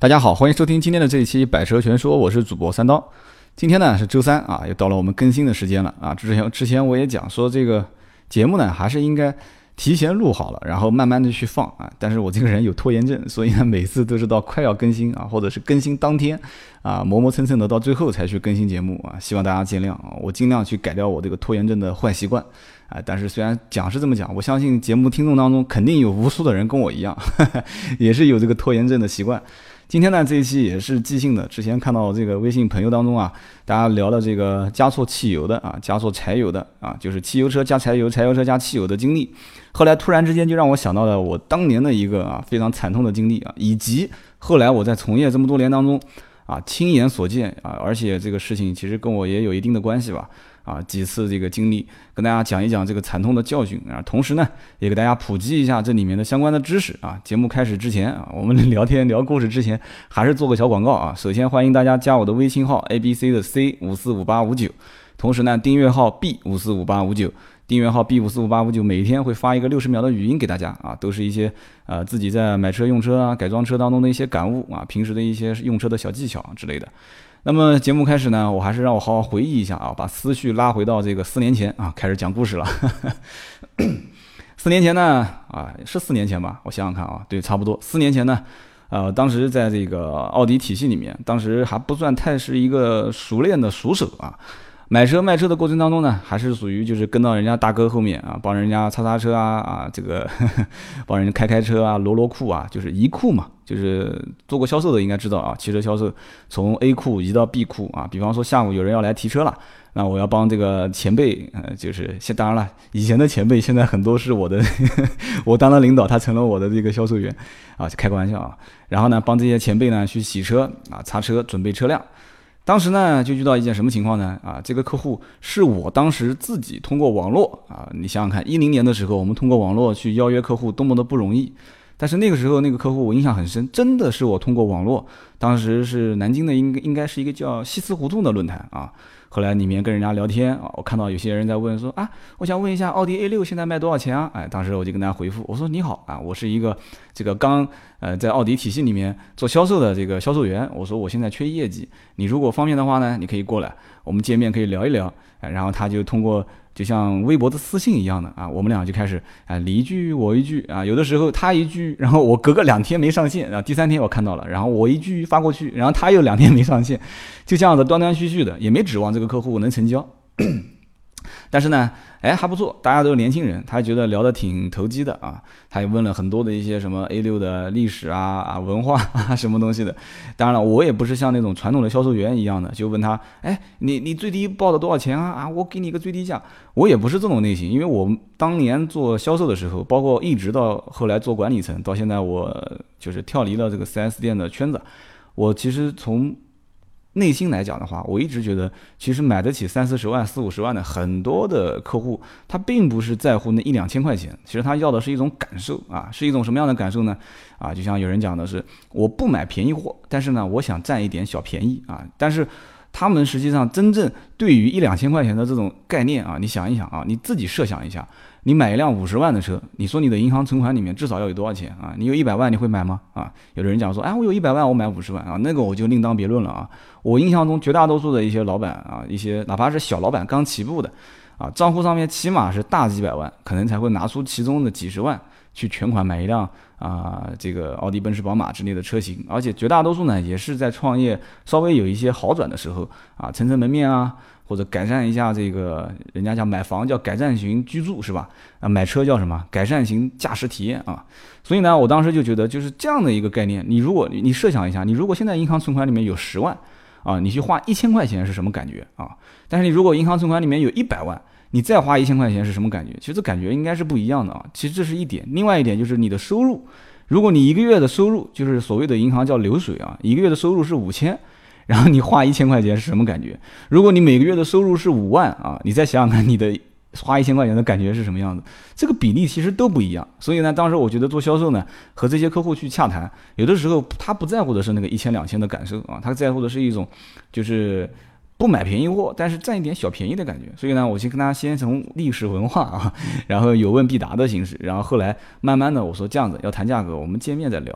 大家好，欢迎收听今天的这一期百车全说，我是主播三刀。今天呢是周三啊，又到了我们更新的时间了啊。之前我也讲说这个节目呢还是应该提前录好了，然后慢慢的去放啊。但是我这个人有拖延症，所以呢每次都是到快要更新啊，或者是更新当天啊，磨磨蹭蹭的到最后才去更新节目啊。希望大家见谅啊，我尽量去改掉我这个拖延症的坏习惯啊。但是虽然讲是这么讲，我相信节目听众当中肯定有无数的人跟我一样，也是有这个拖延症的习惯。今天呢这一期也是即兴的，之前看到这个微信朋友当中啊，大家聊了这个加错汽油的啊，加错柴油的啊，就是汽油车加柴油，柴油车加汽油的经历。后来突然之间就让我想到了我当年的一个啊非常惨痛的经历啊，以及后来我在从业这么多年当中啊亲眼所见啊，而且这个事情其实跟我也有一定的关系吧。啊，几次这个经历，跟大家讲一讲这个惨痛的教训啊，同时呢，也给大家普及一下这里面的相关的知识啊。节目开始之前啊，我们聊天聊故事之前，还是做个小广告啊。首先欢迎大家加我的微信号 ABC 的 C545859，同时呢，订阅号 B545859，订阅号 B545859，每天会发一个60秒的语音给大家啊，都是一些自己在买车用车啊、改装车当中的一些感悟啊，平时的一些用车的小技巧之类的。那么节目开始呢，我还是让我好好回忆一下啊，把思绪拉回到这个4年前啊，开始讲故事了。4年前呢，啊是4年前吧，我想想看啊，对，差不多4年前呢，当时在这个奥迪体系里面，当时还不算太是一个熟练的熟手啊。买车卖车的过程当中呢，还是属于就是跟到人家大哥后面啊，帮人家擦车啊，这个帮人家开车啊，罗库啊，就是移库嘛，就是做过销售的应该知道啊，汽车销售从 A 库移到 B 库啊，比方说下午有人要来提车了，那我要帮这个前辈，就是当然了，以前的前辈现在很多是我的，我当了领导，他成了我的这个销售员啊，开个玩笑啊，然后呢，帮这些前辈呢去洗车啊，擦车，准备车辆。当时呢就遇到一件什么情况呢？啊，这个客户是我当时自己通过网络啊，你想想看，10年的时候我们通过网络去邀约客户多么的不容易，但是那个时候那个客户我印象很深，真的是我通过网络，当时是南京的应该是一个叫西祠胡同的论坛啊。后来里面跟人家聊天啊，我看到有些人在问说啊，我想问一下奥迪 A6 现在卖多少钱啊？哎，当时我就跟大家回复，我说你好啊，我是一个这个在奥迪体系里面做销售的这个销售员，我说我现在缺业绩，你如果方便的话呢，你可以过来，我们见面可以聊一聊。然后他就通过就像微博的私信一样的啊，我们俩就开始你一句我一句啊，有的时候他一句，然后我隔个2天没上线，然后第3天我看到了，然后我一句发过去，然后他又2天没上线，就这样子断断续续的，也没指望这个客户能成交。但是呢，还不错，大家都是年轻人，他觉得聊得挺投机的啊。他也问了很多的一些什么 A6 的历史啊、文化啊什么东西的。当然了，我也不是像那种传统的销售员一样的，就问他，你最低报的多少钱啊？啊，我给你一个最低价。我也不是这种类型，因为我当年做销售的时候，包括一直到后来做管理层，到现在我就是跳离了这个 4S 店的圈子，我其实从内心来讲的话，我一直觉得，其实买得起30-40万、40-50万的很多的客户，他并不是在乎那1-2千块钱，其实他要的是一种感受啊，是一种什么样的感受呢？啊，就像有人讲的是，我不买便宜货，但是呢，我想占一点小便宜啊，但是他们实际上真正对于1-2千块钱的这种概念啊，你想一想啊，你自己设想一下。你买一辆50万的车，你说你的银行存款里面至少要有多少钱啊？你有100万，你会买吗？啊，有的人讲说，我有100万，我买50万啊，那个我就另当别论了啊。我印象中绝大多数的一些老板啊，一些哪怕是小老板刚起步的啊，账户上面起码是大几百万，可能才会拿出其中的几十万去全款买一辆这个奥迪、奔驰、宝马之类的车型，而且绝大多数呢也是在创业稍微有一些好转的时候啊，撑门面啊。或者改善一下这个，人家叫买房叫改善型居住是吧？啊，买车叫什么？改善型驾驶体验啊。所以呢，我当时就觉得就是这样的一个概念。你如果你设想一下，你如果现在银行存款里面有10万啊，你去花1000块钱是什么感觉啊？但是你如果银行存款里面有100万，你再花1000块钱是什么感觉？其实感觉应该是不一样的啊。其实这是一点，另外一点就是你的收入，如果你一个月的收入就是所谓的银行叫流水啊，一个月的收入是5000。然后你花1000块钱是什么感觉？如果你每个月的收入是5万啊，你再想想看你的花1000块钱的感觉是什么样子？这个比例其实都不一样。所以呢，当时我觉得做销售呢，和这些客户去洽谈，有的时候他不在乎的是那个1000-2000的感受啊，他在乎的是一种就是不买便宜货，但是占一点小便宜的感觉。所以呢，我先跟他先从历史文化啊，然后有问必答的形式，然后后来慢慢的我说这样子要谈价格，我们见面再聊。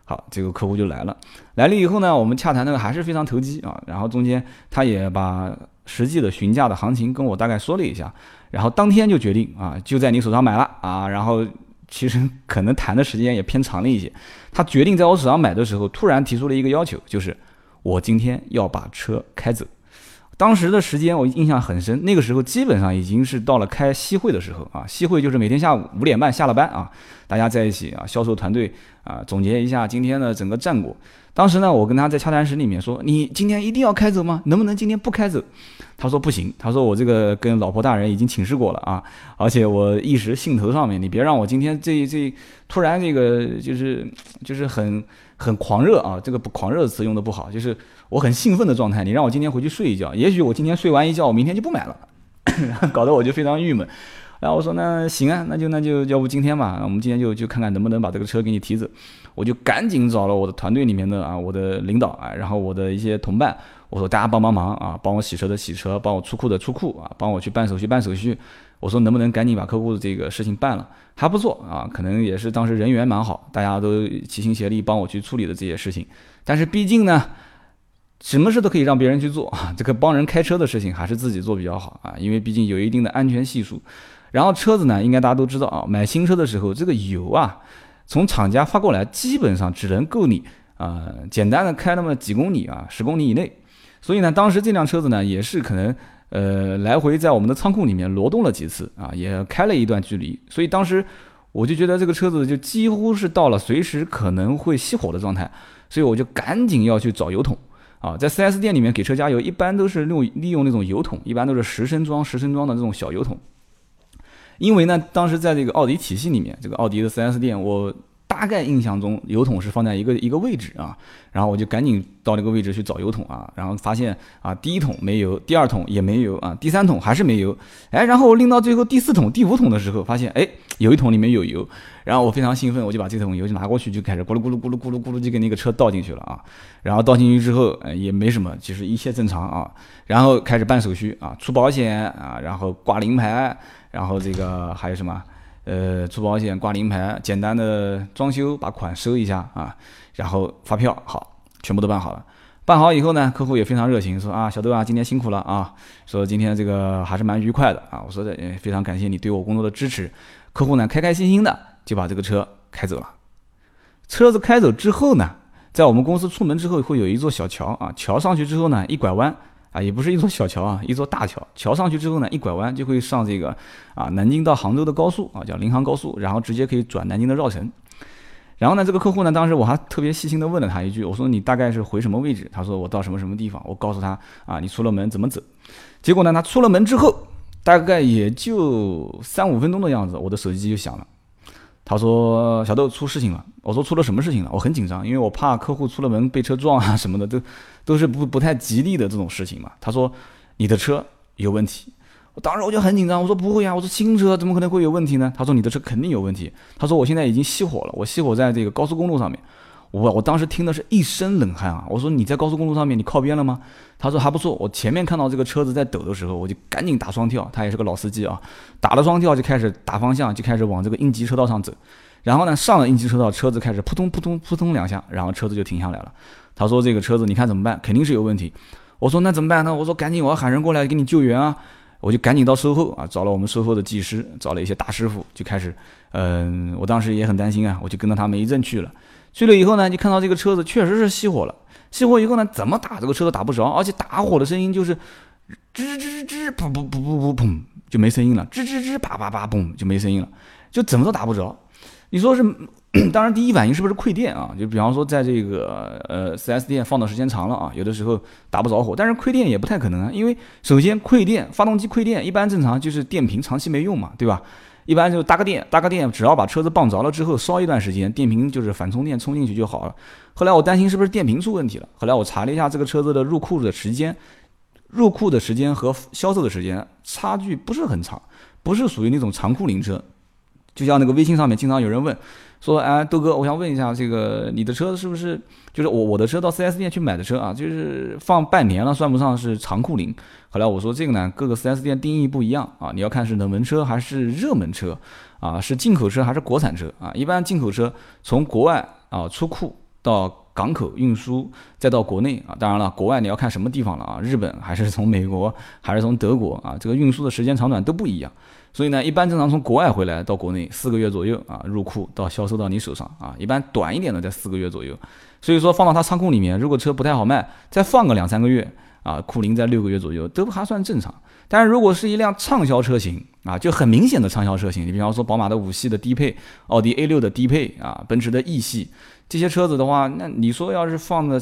好，这个客户就来了，来了以后呢，我们洽谈的还是非常投机啊，然后中间他也把实际的询价的行情跟我大概说了一下，然后当天就决定啊，就在你手上买了啊，然后其实可能谈的时间也偏长了一些，他决定在我手上买的时候，突然提出了一个要求，就是我今天要把车开走。当时的时间我印象很深，那个时候基本上已经是到了开夕会的时候啊，夕会就是每天下午5点半下了班啊，大家在一起啊，销售团队啊，总结一下今天的整个战果。当时呢，我跟他在洽谈室里面说，你今天一定要开走吗？能不能今天不开走？他说不行，他说我这个跟老婆大人已经请示过了啊，而且我一时兴头上面，你别让我今天这突然这个就是很狂热啊，这个狂热的词用的不好，就是我很兴奋的状态，你让我今天回去睡一觉，也许我今天睡完一觉，我明天就不买了，搞得我就非常郁闷。然后我说那行啊，那就要不今天吧，我们今天就看看能不能把这个车给你提走。我就赶紧找了我的团队里面的啊，我的领导啊，然后我的一些同伴，我说大家帮忙啊，帮我洗车的洗车，帮我出库的出库啊，帮我去办手续。我说能不能赶紧把客户的这个事情办了，还不错啊，可能也是当时人缘蛮好，大家都齐心协力帮我去处理的这些事情。但是毕竟呢，什么事都可以让别人去做啊，这个帮人开车的事情还是自己做比较好啊，因为毕竟有一定的安全系数。然后车子呢，应该大家都知道啊，买新车的时候，这个油啊，从厂家发过来，基本上只能够你简单的开那么几公里啊，10公里以内。所以呢，当时这辆车子呢，也是可能来回在我们的仓库里面挪动了几次啊，也开了一段距离。所以当时我就觉得这个车子就几乎是到了随时可能会熄火的状态，所以我就赶紧要去找油桶啊，在 4S 店里面给车加油，一般都是利用那种油桶，一般都是10升装的这种小油桶。因为呢，当时在这个奥迪体系里面，这个奥迪的 4S 店，我大概印象中油桶是放在一个位置啊，然后我就赶紧到那个位置去找油桶啊，然后发现啊，第一桶没油，第二桶也没油啊，第三桶还是没油，然后我拎到最后第4桶、第5桶的时候，发现有一桶里面有油，然后我非常兴奋，我就把这桶油就拿过去，就开始咕噜咕噜咕噜咕噜咕噜就给那个车倒进去了啊，然后倒进去之后也没什么，其实一切正常啊，然后开始办手续啊，出保险啊，然后挂临牌。然后这个还有什么？出保险、挂临牌，简单的装修，把款收一下啊，然后发票，好，全部都办好了。办好以后呢，客户也非常热情，说啊，小豆啊，今天辛苦了啊，说今天这个还是蛮愉快的啊。我说的非常感谢你对我工作的支持。客户呢，开开心心的就把这个车开走了。车子开走之后呢，在我们公司出门之后会有一座小桥啊，桥上去之后呢，一拐弯。啊，也不是一座小桥啊，一座大桥。桥上去之后呢，一拐弯就会上这个南京到杭州的高速啊，叫临杭高速，然后直接可以转南京的绕城。然后呢，这个客户呢，当时我还特别细心的问了他一句，我说你大概是回什么位置？他说我到什么什么地方。我告诉他啊，你出了门怎么走？结果呢，他出了门之后，大概也就3-5分钟的样子，我的手机就响了。他说小豆出事情了。我说出了什么事情了？我很紧张，因为我怕客户出了门被车撞啊什么的，都是不太吉利的这种事情嘛。他说你的车有问题。当时我就很紧张，我说不会啊，我说新车怎么可能会有问题呢？他说你的车肯定有问题。他说我现在已经熄火了，我熄火在这个高速公路上面。我当时听的是一身冷汗啊！我说你在高速公路上面你靠边了吗？他说还不错，我前面看到这个车子在抖的时候，我就赶紧打双跳，他也是个老司机啊，打了双跳就开始打方向，就开始往这个应急车道上走。然后呢，上了应急车道，车子开始扑通扑通扑通2下，然后车子就停下来了。他说这个车子你看怎么办？肯定是有问题。我说那怎么办呢？我说赶紧我要喊人过来给你救援啊！我就赶紧到售后啊，找了我们售后的技师，找了一些大师傅，就开始，我当时也很担心啊，我就跟着他们一阵去了。去了以后呢，就看到这个车子确实是熄火了。熄火以后呢，怎么打这个车都打不着，而且打火的声音就是吱吱吱，砰砰砰砰砰砰，就没声音了；吱吱吱，啪啪啪，砰，就没声音了，就怎么都打不着。你说是，当然第一反应是不是馈电啊？就比方说在这个4S 店放的时间长了啊，有的时候打不着火，但是馈电也不太可能啊，因为首先馈电，发动机馈电一般正常就是电瓶长期没用嘛，对吧？一般就搭个电，只要把车子傍着了之后烧一段时间，电瓶就是反充电充进去就好了。后来我担心是不是电瓶出问题了，后来我查了一下这个车子的入库的时间和销售的时间差距不是很长，不是属于那种长库龄车。就像那个微信上面经常有人问说，豆哥，我想问一下，这个你的车是不是就是我的车到 4S 店去买的车啊，就是放半年了算不上是长库龄。后来我说这个呢，各个 4S 店定义不一样啊，你要看是冷门车还是热门车啊，是进口车还是国产车啊。一般进口车从国外啊出库到港口运输，再到国内啊。当然了，国外你要看什么地方了啊，日本还是从美国还是从德国啊，这个运输的时间长短都不一样。所以呢，一般正常从国外回来到国内4个月左右啊，入库到销售到你手上啊，一般短一点的在4个月左右。所以说放到他仓库里面，如果车不太好卖，再放个2-3个月啊，库龄在6个月左右都还算正常。但是如果是一辆畅销车型啊，就很明显的畅销车型，你比方说宝马的5系的低配，奥迪 A6 的低配啊，奔驰的 E 系这些车子的话，那你说要是放个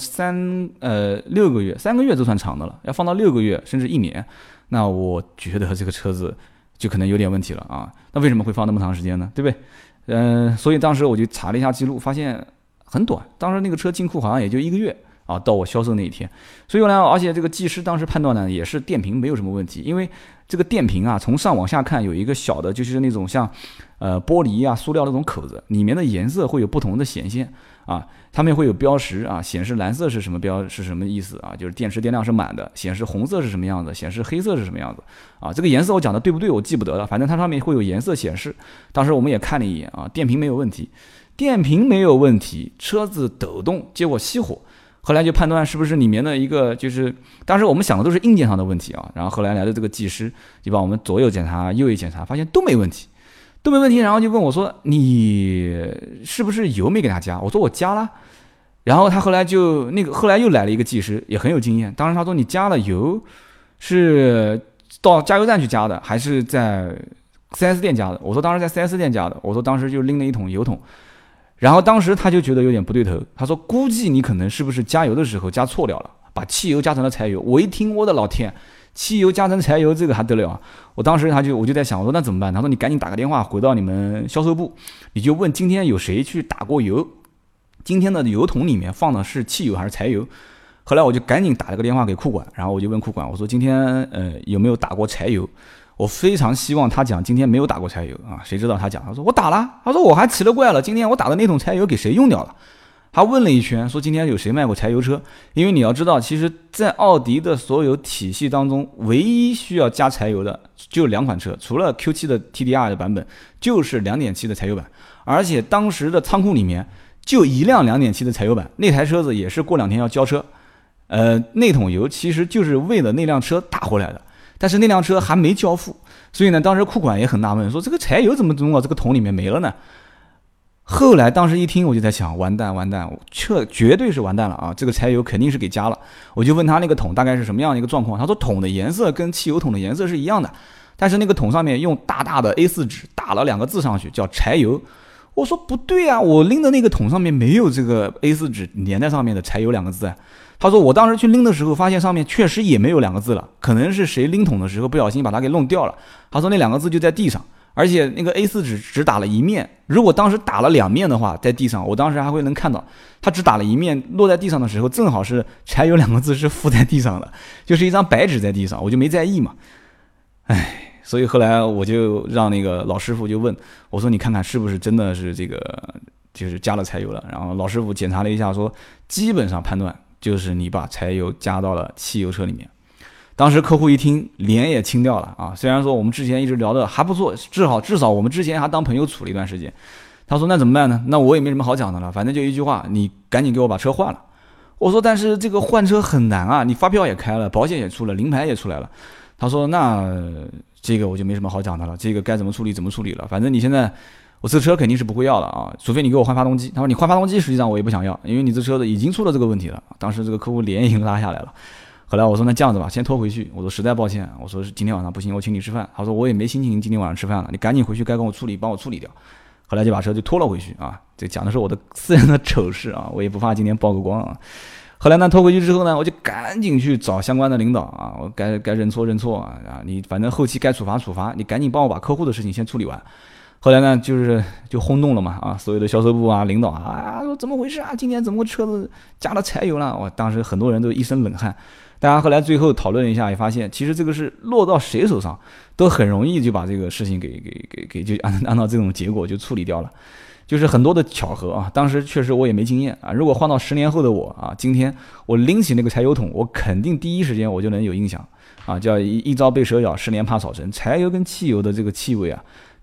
6个月，3个月就算长的了，要放到6个月甚至1年，那我觉得这个车子就可能有点问题了啊。那为什么会放那么长时间呢？对不对？所以当时我就查了一下记录，发现很短，当时那个车进库好像也就1个月啊，到我销售那一天。所以呢，而且这个技师当时判断呢，也是电瓶没有什么问题，因为这个电瓶啊，从上往下看有一个小的，就是那种像玻璃啊、塑料那种口子，里面的颜色会有不同的显现啊，上面会有标识啊，显示蓝色是什么意思啊？就是电池电量是满的，显示红色是什么样子，显示黑色是什么样子啊？这个颜色我讲的对不对？我记不得了，反正它上面会有颜色显示。当时我们也看了一眼啊，电瓶没有问题，车子抖动，结果熄火。后来就判断是不是里面的一个，就是当时我们想的都是硬件上的问题啊，然后后来来的这个技师就把我们左右检查右翼检查，发现都没问题，然后就问我说你是不是油没给他加？我说我加了。然后他后来又来了一个技师，也很有经验。当时他说你加了油是到加油站去加的，还是在 4S 店加的？我说当时在 4S 店加的。我说当时就拎了一桶油桶。然后当时他就觉得有点不对头，他说估计你可能是不是加油的时候加错掉了，把汽油加成了柴油。我一听，我的老天，汽油加成柴油这个还得了啊！我当时我就在想，我说那怎么办？他说你赶紧打个电话回到你们销售部，你就问今天有谁去打过油，今天的油桶里面放的是汽油还是柴油。后来我就赶紧打了个电话给库管，然后我就问库管，我说今天有没有打过柴油？我非常希望他讲今天没有打过柴油啊，谁知道他讲，他说我打了，他说我还奇了怪了，今天我打的那桶柴油给谁用掉了？他问了一圈，说今天有谁卖过柴油车？因为你要知道，其实在奥迪的所有体系当中，唯一需要加柴油的就2款车，除了 Q7 的 TDI 的版本，就是 2.7 的柴油版，而且当时的仓库里面就一辆 2.7 的柴油版，那台车子也是过2天要交车，那桶油其实就是为了那辆车打回来的。但是那辆车还没交付，所以呢，当时库管也很纳闷，说这个柴油怎么弄到这个桶里面没了呢？后来当时一听，我就在想，完蛋，这绝对是完蛋了啊！这个柴油肯定是给加了。我就问他那个桶大概是什么样的一个状况，他说桶的颜色跟汽油桶的颜色是一样的，但是那个桶上面用大大的 A4 纸打了2个字上去，叫柴油。我说不对啊，我拎的那个桶上面没有这个 A4 纸粘在上面的柴油2个字啊。他说我当时去拎的时候发现上面确实也没有2个字了，可能是谁拎桶的时候不小心把它给弄掉了。他说那2个字就在地上，而且那个 A4 纸只打了一面，如果当时打了2面的话，在地上我当时还会能看到，他只打了一面，落在地上的时候正好是柴油2个字是附在地上的，就是一张白纸在地上，我就没在意嘛。所以后来我就让那个老师傅就问我说你看看是不是真的是这个就是加了柴油了。然后老师傅检查了一下说基本上判断就是你把柴油加到了汽油车里面。当时客户一听脸也青掉了啊，虽然说我们之前一直聊的还不错，至少我们之前还当朋友处了一段时间。他说那怎么办呢？那我也没什么好讲的了，反正就一句话，你赶紧给我把车换了。我说但是这个换车很难啊，你发票也开了，保险也出了，临牌也出来了。他说那这个我就没什么好讲的了，这个该怎么处理怎么处理了，反正你现在我这车肯定是不会要了啊，除非你给我换发动机。他说你换发动机实际上我也不想要，因为你这车子已经出了这个问题了。当时这个客户脸已经拉下来了。后来我说那这样子吧，先拖回去。我说实在抱歉，我说今天晚上不行，我请你吃饭。他说我也没心情今天晚上吃饭了，你赶紧回去该跟我处理，帮我处理掉。后来就把车就拖了回去啊，这讲的是我的私人的丑事啊，我也不怕今天曝个光啊。后来呢，拖回去之后呢，我就赶紧去找相关的领导啊，我该认错认错啊，你反正后期该处罚处罚，你赶紧帮我把客户的事情先处理完。后来呢，就轰动了嘛啊，所有的销售部啊、领导啊，说怎么回事啊？今天怎么车子加了柴油了？我当时很多人都一身冷汗。大家后来最后讨论一下，也发现其实这个是落到谁手上，都很容易就把这个事情给就按照这种结果就处理掉了。就是很多的巧合啊，当时确实我也没经验啊。如果换到10年后的我啊，今天我拎起那个柴油桶，我肯定第一时间我就能有印象啊，叫一朝被蛇咬，10年怕草绳。柴油跟汽油的这个气味啊，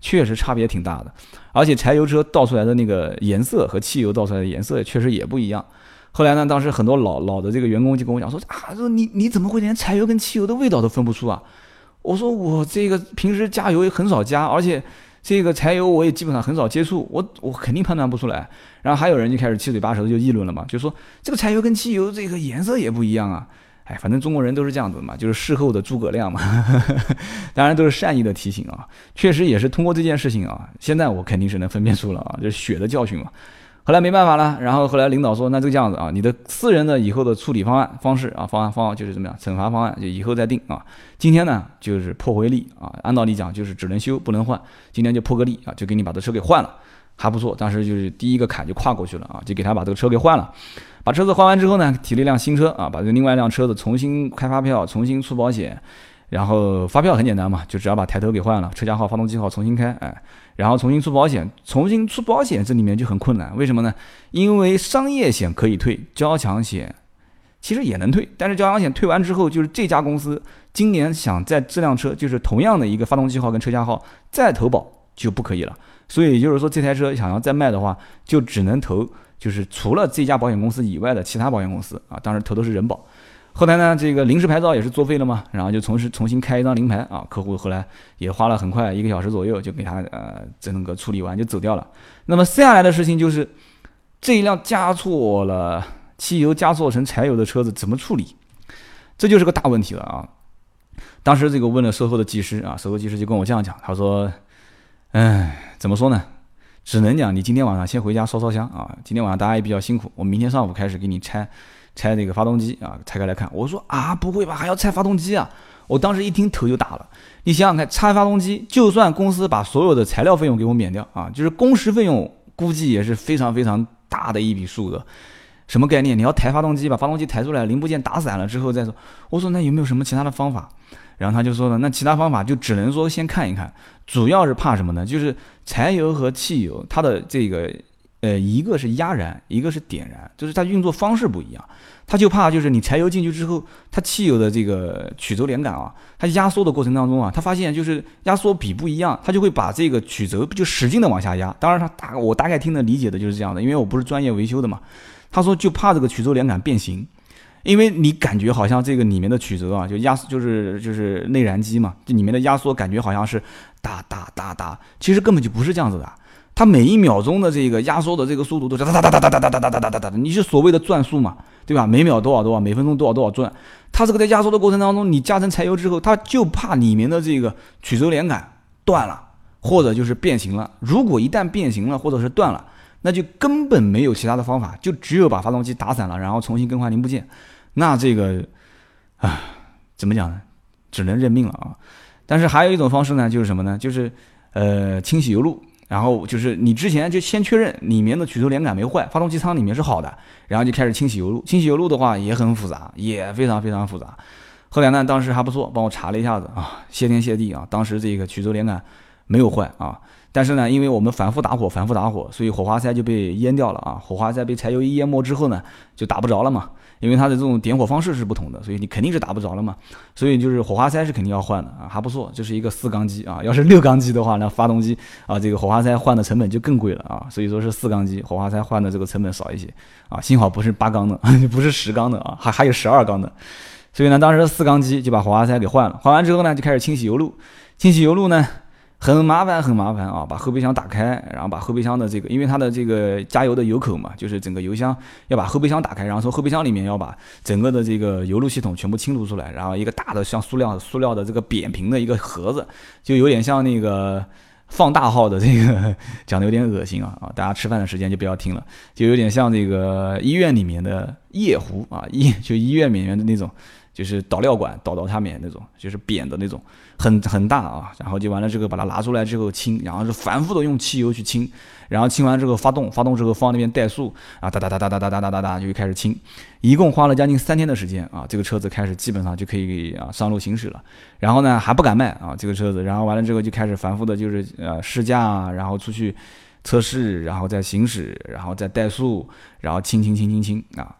确实差别挺大的。而且柴油车倒出来的那个颜色和汽油倒出来的颜色确实也不一样。后来呢，当时很多老的这个员工就跟我讲说说你怎么会连柴油跟汽油的味道都分不出啊？我说我这个平时加油也很少加，而且这个柴油我也基本上很少接触，我肯定判断不出来。然后还有人就开始七嘴八舌的就议论了嘛，就说这个柴油跟汽油这个颜色也不一样啊。哎，反正中国人都是这样子嘛，就是事后的诸葛亮嘛，当然都是善意的提醒啊。确实也是通过这件事情啊，现在我肯定是能分辨出了啊，就是血的教训嘛。后来没办法了，然后后来领导说，那这个样子啊，你的私人的以后的处理方式啊，方案就是怎么样，惩罚方案就以后再定啊。今天呢就是破回例啊，按道理讲就是只能修不能换，今天就破个例啊，就给你把这车给换了，还不错。当时就是第一个坎就跨过去了啊，就给他把这个车给换了。把车子换完之后呢，提了一辆新车啊，把这另外一辆车子重新开发票，重新出保险，然后发票很简单嘛，就只要把抬头给换了，车架号、发动机号重新开，哎，然后重新出保险。重新出保险这里面就很困难，为什么呢？因为商业险可以退，交强险其实也能退，但是交强险退完之后，就是这家公司今年想在这辆车就是同样的一个发动机号跟车架号再投保就不可以了。所以就是说这台车想要再卖的话，就只能投就是除了这家保险公司以外的其他保险公司啊，当然投的是人保。后来呢，这个临时牌照也是作废了嘛，然后就重新开一张临牌啊。客户后来也花了很快1个小时左右就给他整个处理完就走掉了。那么接下来的事情就是这一辆加错了汽油加错成柴油的车子怎么处理，这就是个大问题了啊。当时这个问了售后的技师啊，售后技师就跟我这样讲，他说怎么说呢，只能讲你今天晚上先回家烧烧香啊，今天晚上大家也比较辛苦，我明天上午开始给你拆这个发动机啊，拆开来看。我说啊，不会吧，还要拆发动机啊？我当时一听头就大了。你想想看，拆发动机，就算公司把所有的材料费用给我免掉啊，就是工时费用估计也是非常非常大的一笔数额。什么概念？你要抬发动机，把发动机抬出来，零部件打散了之后再说。我说那有没有什么其他的方法？然后他就说了，那其他方法就只能说先看一看，主要是怕什么呢？就是柴油和汽油它的这个一个是压燃，一个是点燃，就是它运作方式不一样。他就怕就是你柴油进去之后，它汽油的这个曲轴连杆啊，它压缩的过程当中啊，他发现就是压缩比不一样，他就会把这个曲轴就使劲的往下压。当然我大概听的理解的就是这样的，因为我不是专业维修的嘛。他说就怕这个曲轴连杆变形。因为你感觉好像这个里面的曲轴啊，就压缩就是内燃机嘛，这里面的压缩感觉好像是哒哒哒哒，其实根本就不是这样子的。它每1秒钟的这个压缩的这个速度都是哒哒哒哒哒哒哒哒哒哒哒哒，你是所谓的转速嘛，对吧？每秒多少，每分钟多少转。它这个在压缩的过程当中，你加成柴油之后，它就怕里面的这个曲轴连杆断了，或者就是变形了。如果一旦变形了或者是断了，那就根本没有其他的方法，就只有把发动机打散了，然后重新更换零部件。那这个怎么讲呢？只能认命了啊！但是还有一种方式呢，就是什么呢？就是清洗油路，然后就是你之前就先确认里面的曲轴连杆没坏，发动机舱里面是好的，然后就开始清洗油路。清洗油路的话也很复杂，也非常非常复杂。后来呢，当时还不错，帮我查了一下子啊，谢天谢地啊，当时这个曲轴连杆没有坏啊。但是呢，因为我们反复打火，所以火花塞就被淹掉了啊！火花塞被柴油一淹没之后呢，就打不着了嘛。因为它的这种点火方式是不同的，所以你肯定是打不着了嘛。所以就是火花塞是肯定要换的啊，还不错，这是一个4缸机啊。要是6缸机的话，那发动机啊，这个火花塞换的成本就更贵了啊。所以说是4缸机，火花塞换的这个成本少一些啊。幸好不是8缸的，不是10缸的啊，还有12缸的。所以呢，当时4缸机就把火花塞给换了，换完之后呢，就开始清洗油路。清洗油路呢，很麻烦啊！把后备箱打开，然后把后备箱的这个，因为它的这个加油的油口嘛，就是整个油箱要把后备箱打开，然后从后备箱里面要把整个的这个油路系统全部清除出来，然后一个大的像塑料的这个扁平的一个盒子，就有点像那个放大号的这个，讲的有点恶心啊！大家吃饭的时间就不要听了，就有点像这个医院里面的液壶啊，就医院里面的那种。就是导料管导到下面那种，就是扁的那种，很大啊。然后就完了这个把它拿出来之后清，然后是反复的用汽油去清，然后清完之后发动之后放那边怠速啊，哒哒哒哒哒哒哒哒哒就开始清，一共花了将近3天的时间啊，这个车子开始基本上就可以啊上路行驶了。然后呢还不敢卖啊这个车子，然后完了之后就开始反复的就是试驾，然后出去测试，然后再行驶，然后再怠速，然后清啊。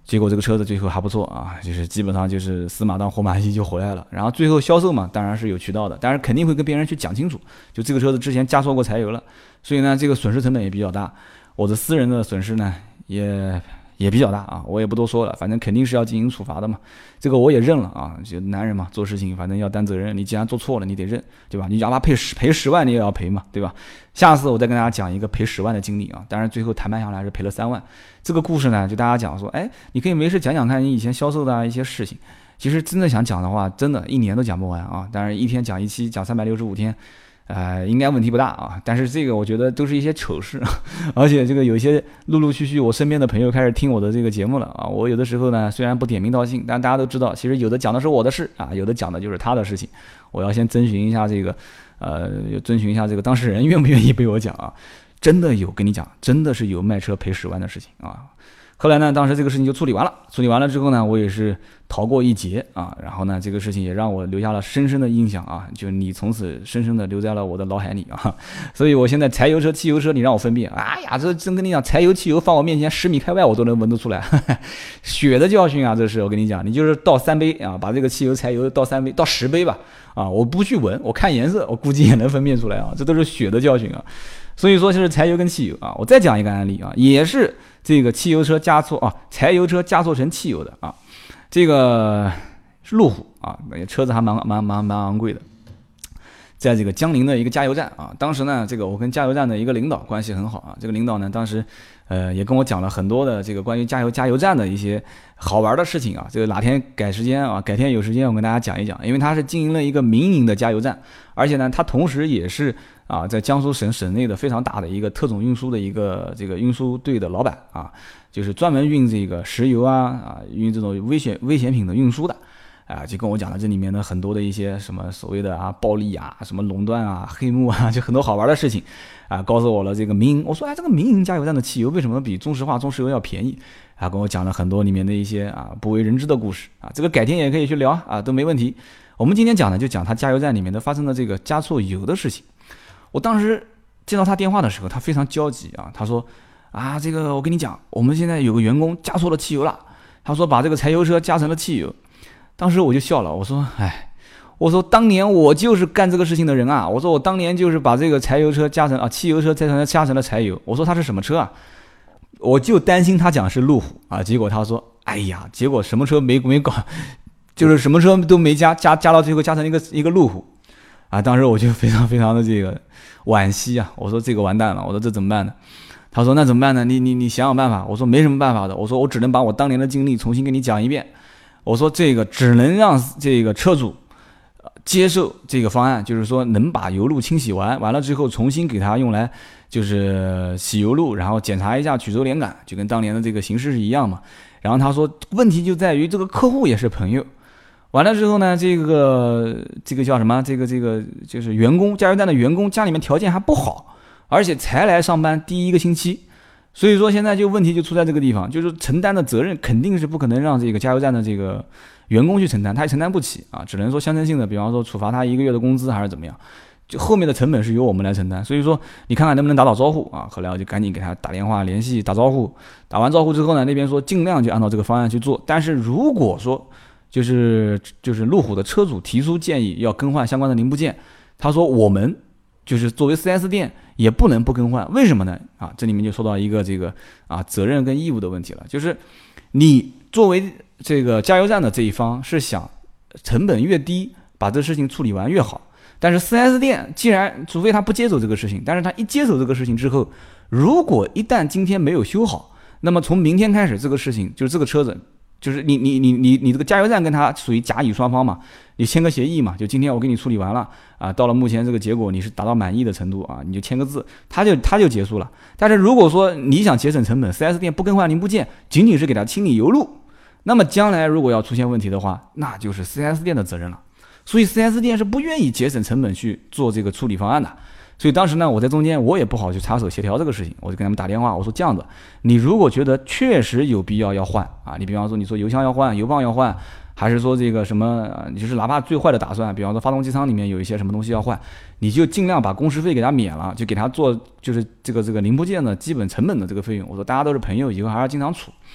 结果这个车子最后还不错啊，就是基本上就是死马当活马医就回来了。然后最后销售嘛，当然是有渠道的，但是肯定会跟别人去讲清楚，就这个车子之前加错过柴油了，所以呢这个损失成本也比较大，我的私人的损失呢也比较大啊，我也不多说了，反正肯定是要进行处罚的嘛，这个我也认了啊，就男人嘛，做事情反正要担责任，你既然做错了，你得认，对吧？你哪怕赔10万，你也要赔嘛，对吧？下次我再跟大家讲一个赔10万的经历啊，当然最后谈判下来是赔了3万。这个故事呢，就大家讲说，哎，你可以没事讲讲看你以前销售的一些事情。其实真的想讲的话，真的1年都讲不完啊，当然一天讲一期，讲365天。应该问题不大啊，但是这个我觉得都是一些糗事，而且这个有一些陆续我身边的朋友开始听我的这个节目了啊。我有的时候呢，虽然不点名道姓，但大家都知道，其实有的讲的是我的事啊，有的讲的就是他的事情。我要先征询一下这个，当事人愿不愿意被我讲啊？真的有跟你讲，真的是有卖车赔10万的事情啊。后来呢，当时这个事情就处理完了之后呢，我也是逃过一劫啊。然后呢，这个事情也让我留下了深深的印象啊，就你从此深深的留在了我的脑海里啊。所以我现在柴油车、汽油车，你让我分辨，哎呀，这真跟你讲，柴油、汽油放我面前10米开外我都能闻得出来，血的教训啊！这是我跟你讲，你就是倒3杯啊，把这个汽油、柴油倒3杯，倒10杯吧啊，我不去闻，我看颜色，我估计也能分辨出来啊，这都是血的教训啊。所以说就是柴油跟汽油啊，我再讲一个案例啊，也是这个汽油车加错啊，柴油车加错成汽油的啊，这个是路虎啊，车子还蛮昂贵的，在这个江宁的一个加油站啊，当时呢，这个我跟加油站的一个领导关系很好啊，这个领导呢，当时也跟我讲了很多的这个关于加油站的一些好玩的事情啊，这个哪天改天有时间我跟大家讲一讲，因为他是经营了一个民营的加油站，而且呢，他同时也是啊，在江苏省内的非常大的一个特种运输的一个这个运输队的老板啊，就是专门运这个石油运这种危险品的运输的。就跟我讲了这里面的很多的一些什么所谓的暴利什么垄断黑幕就很多好玩的事情告诉我了这个民营，我说这个民营加油站的汽油为什么比中石化、中石油要便宜跟我讲了很多里面的一些不为人知的故事这个改天也可以去聊都没问题。我们今天讲呢，就讲他加油站里面的发生的这个加错油的事情。我当时接到他电话的时候，他非常焦急他说这个我跟你讲，我们现在有个员工加错了汽油了，他说把这个柴油车加成了汽油。当时我就笑了，我说当年我就是干这个事情的人我说我当年就是把这个柴油车加成汽油车加成了柴油。我说他是什么车我就担心他讲是路虎结果他说结果什么车没搞，就是什么车都没加到最后加成一个路虎当时我就非常非常的这个惋惜我说这个完蛋了，我说这怎么办呢？他说那怎么办呢？你想想办法。我说没什么办法的，我说我只能把我当年的经历重新跟你讲一遍。我说这个只能让这个车主接受这个方案，就是说能把油路清洗完了之后重新给他用来就是洗油路，然后检查一下曲轴连杆，就跟当年的这个形式是一样嘛。然后他说问题就在于这个客户也是朋友，完了之后呢，这个叫什么？这个就是员工，加油站的员工家里面条件还不好，而且才来上班第一个星期。所以说现在就问题就出在这个地方，就是承担的责任肯定是不可能让这个加油站的这个员工去承担，他也承担不起只能说象征性的，比方说处罚他1个月的工资还是怎么样，就后面的成本是由我们来承担。所以说你看看能不能打招呼后来我就赶紧给他打电话联系打招呼，打完招呼之后呢，那边说尽量就按照这个方案去做，但是如果说就是路虎的车主提出建议要更换相关的零部件，他说我们就是作为 4S 店也不能不更换，为什么呢？这里面就说到一个这个责任跟义务的问题了，就是你作为这个加油站的这一方是想成本越低把这事情处理完越好，但是 4S 店既然除非他不接手这个事情，但是他一接手这个事情之后，如果一旦今天没有修好，那么从明天开始这个事情就是这个车子就是你这个加油站跟他属于甲乙双方嘛，你签个协议嘛，就今天我给你处理完了到了目前这个结果你是达到满意的程度你就签个字，他就结束了。但是如果说你想节省成本， 4S 店不更换零部件，仅仅是给他清理油路，那么将来如果要出现问题的话，那就是 4S 店的责任了。所以 4S 店是不愿意节省成本去做这个处理方案的。所以当时呢，我在中间我也不好去插手协调这个事情，我就跟他们打电话，我说这样子，你如果觉得确实有必要换你比方说你说油箱要换，油泵要换，还是说这个什么你就是哪怕最坏的打算，比方说发动机舱里面有一些什么东西要换，你就尽量把工时费给他免了，就给他做就是这个零部件的基本成本的这个费用。我说大家都是朋友，以后还要经常处。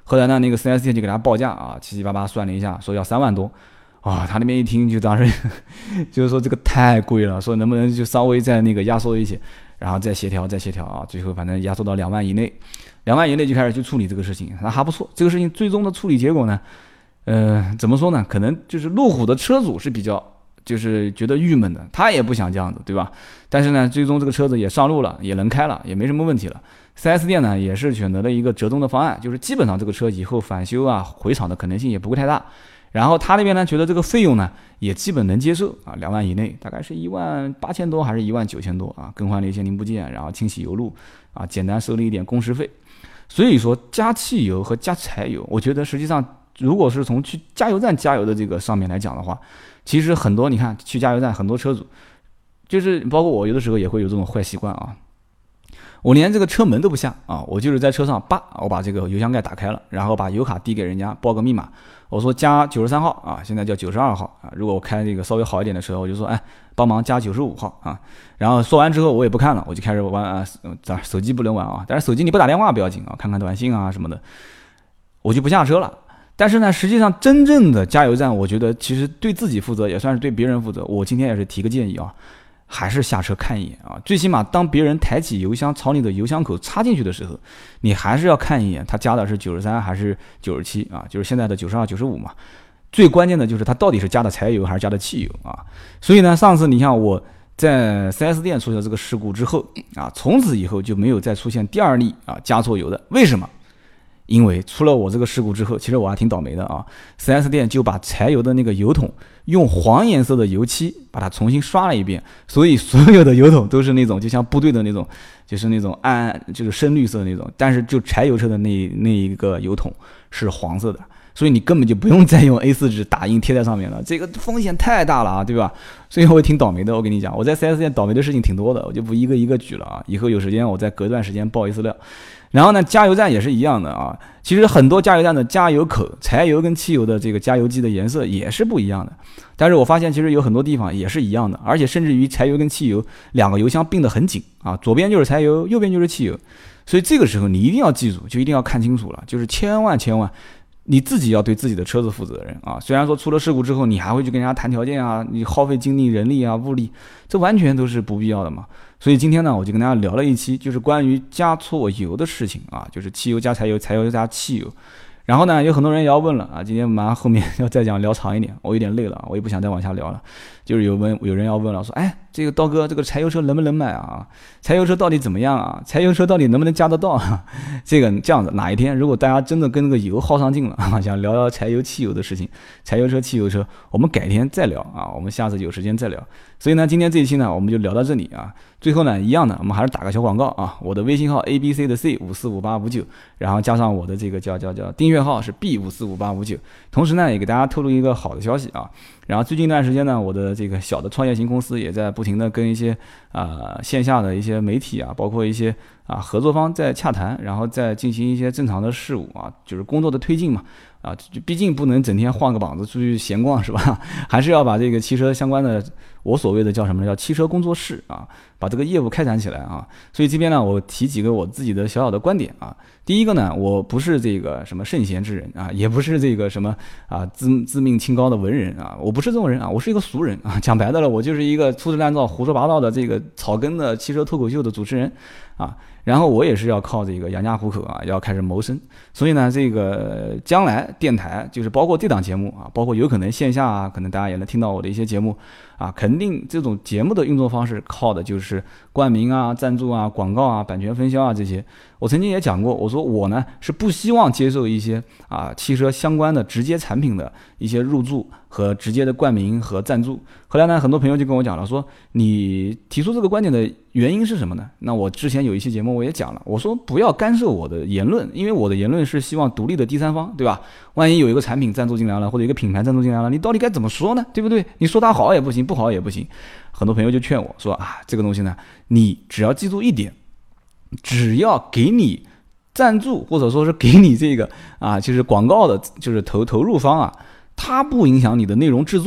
后来呢，那个 4S 店就给他报价啊，七七八八算了一下，说要3万多。他那边一听就当时就是说这个太贵了，说能不能就稍微再那个压缩一些，然后再协调啊，最后反正压缩到2万以内，2万以内就开始去处理这个事情，那还不错。这个事情最终的处理结果呢，怎么说呢？可能就是路虎的车主是比较就是觉得郁闷的，他也不想这样子，对吧？但是呢，最终这个车子也上路了，也能开了，也没什么问题了。4S 店呢也是选择了一个折中的方案，就是基本上这个车以后返修啊、回厂的可能性也不会太大。然后他那边呢觉得这个费用呢也基本能接受啊，2万以内，大概是18000多还是19000多啊，更换了一些零部件，然后清洗油路啊，简单收了一点工时费。所以说加汽油和加柴油，我觉得实际上如果是从去加油站加油的这个上面来讲的话，其实很多你看去加油站很多车主，就是包括我有的时候也会有这种坏习惯啊。我连这个车门都不下啊，我就是在车上我把这个油箱盖打开了，然后把油卡递给人家，报个密码，我说加93号啊，现在叫92号啊。如果我开这个稍微好一点的车，我就说帮忙加95号啊。然后说完之后我也不看了，我就开始玩啊，手机不能玩啊，但是手机你不打电话不要紧啊，看看短信啊什么的，我就不下车了。但是呢，实际上真正的加油站，我觉得其实对自己负责也算是对别人负责。我今天也是提个建议啊。还是下车看一眼啊，最起码当别人抬起油箱朝你的油箱口插进去的时候，你还是要看一眼他加的是93还是97啊，就是现在的92、95嘛。最关键的就是他到底是加的柴油还是加的汽油啊。所以呢，上次你看我在 4S 店出现这个事故之后啊，从此以后就没有再出现第二例啊加错油的。为什么？因为出了我这个事故之后，其实我还挺倒霉的啊。4S 店就把柴油的那个油桶用黄颜色的油漆把它重新刷了一遍，所以所有的油桶都是那种就像部队的那种，就是那种就是深绿色的那种，但是就柴油车的那一个油桶是黄色的，所以你根本就不用再用 A4 纸打印贴在上面了，这个风险太大了啊，对吧？所以我也挺倒霉的，我跟你讲，我在 4S 店倒霉的事情挺多的，我就不一个一个举了啊，以后有时间我再隔段时间爆一次料。然后呢，加油站也是一样的啊。其实很多加油站的加油口，柴油跟汽油的这个加油机的颜色也是不一样的。但是我发现其实有很多地方也是一样的，而且甚至于柴油跟汽油两个油箱并得很紧啊，左边就是柴油，右边就是汽油。所以这个时候你一定要记住，就一定要看清楚了，就是千万你自己要对自己的车子负责任啊！虽然说出了事故之后，你还会去跟人家谈条件啊，你耗费精力、人力啊、物力，这完全都是不必要的嘛。所以今天呢，我就跟大家聊了一期，就是关于加错油的事情啊，就是汽油加柴油，柴油加汽油。然后呢，有很多人也要问了啊，今天马上后面要再聊长一点，我有点累了，我也不想再往下聊了。就是有人要问了，说，这个刀哥，这个柴油车能不能买啊？柴油车到底怎么样啊？柴油车到底能不能加得到啊？这样子，哪一天如果大家真的跟那个油耗上劲了啊，想聊聊柴油、汽油的事情，柴油车、汽油车，我们改天再聊啊，我们下次有时间再聊。所以呢，今天这一期呢，我们就聊到这里啊。最后呢，一样的，我们还是打个小广告啊，我的微信号 ABC 的 C545859，然后加上我的这个叫订阅号是 B545859。同时呢，也给大家透露一个好的消息啊。然后最近一段时间呢，我的这个小的创业型公司也在不停的跟一些线下的一些媒体啊，包括一些合作方在洽谈，然后再进行一些正常的事务啊，就是工作的推进嘛。毕竟不能整天换个膀子出去闲逛是吧？还是要把这个汽车相关的，我所谓的叫什么呢？叫汽车工作室啊，把这个业务开展起来啊。所以这边呢，我提几个我自己的小小的观点啊。第一个呢，我不是这个什么圣贤之人啊，也不是这个什么自命清高的文人啊，我不是这种人啊，我是一个俗人啊。讲白了，我就是一个粗制滥造、胡说八道的这个草根的汽车脱口秀的主持人啊。然后我也是要靠这个养家糊口啊，要开始谋生。所以呢，这个将来电台就是包括这档节目啊，包括有可能线下啊，可能大家也能听到我的一些节目啊，肯定这种节目的运作方式靠的就是冠名啊、赞助啊、广告啊、版权分销啊这些。我曾经也讲过，我说我呢是不希望接受一些汽车相关的直接产品的一些入驻和直接的冠名和赞助。后来呢，很多朋友就跟我讲了，说你提出这个观点的原因是什么呢？那我之前有一期节目我也讲了，我说不要干涉我的言论，因为我的言论是希望独立的第三方，对吧？万一有一个产品赞助进来了，或者一个品牌赞助进来了，你到底该怎么说呢？对不对？你说它好也不行，不好也不行。很多朋友就劝我说这个东西呢，你只要记住一点，只要给你赞助或者说是给你这个就是广告的，就是投入方它不影响你的内容制作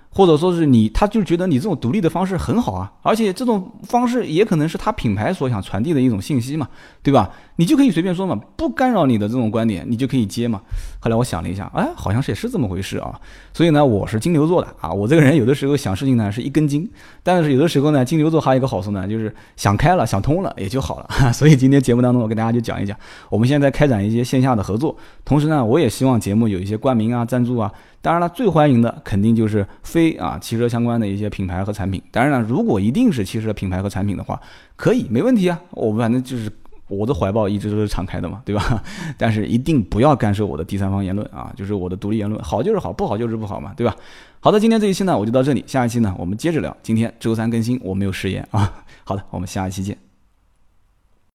或者说是他就觉得你这种独立的方式很好啊，而且这种方式也可能是他品牌所想传递的一种信息嘛，对吧？你就可以随便说嘛，不干扰你的这种观点，你就可以接嘛。后来我想了一下，哎，好像也是这么回事啊。所以呢，我是金牛座的啊，我这个人有的时候想事情呢是一根筋，但是有的时候呢，金牛座还有一个好处呢，就是想开了、想通了也就好了。所以今天节目当中，我跟大家就讲一讲，我们现在开展一些线下的合作，同时呢，我也希望节目有一些冠名啊、赞助啊。当然了，最欢迎的肯定就是非汽车相关的一些品牌和产品。当然了，如果一定是汽车品牌和产品的话，可以没问题啊。我反正就是我的怀抱一直都是敞开的嘛，对吧？但是一定不要干涉我的第三方言论啊，就是我的独立言论，好就是好，不好就是不好嘛，对吧？好的，今天这一期呢我就到这里，下一期呢我们接着聊。今天周三更新，我没有食言啊。好的，我们下一期见。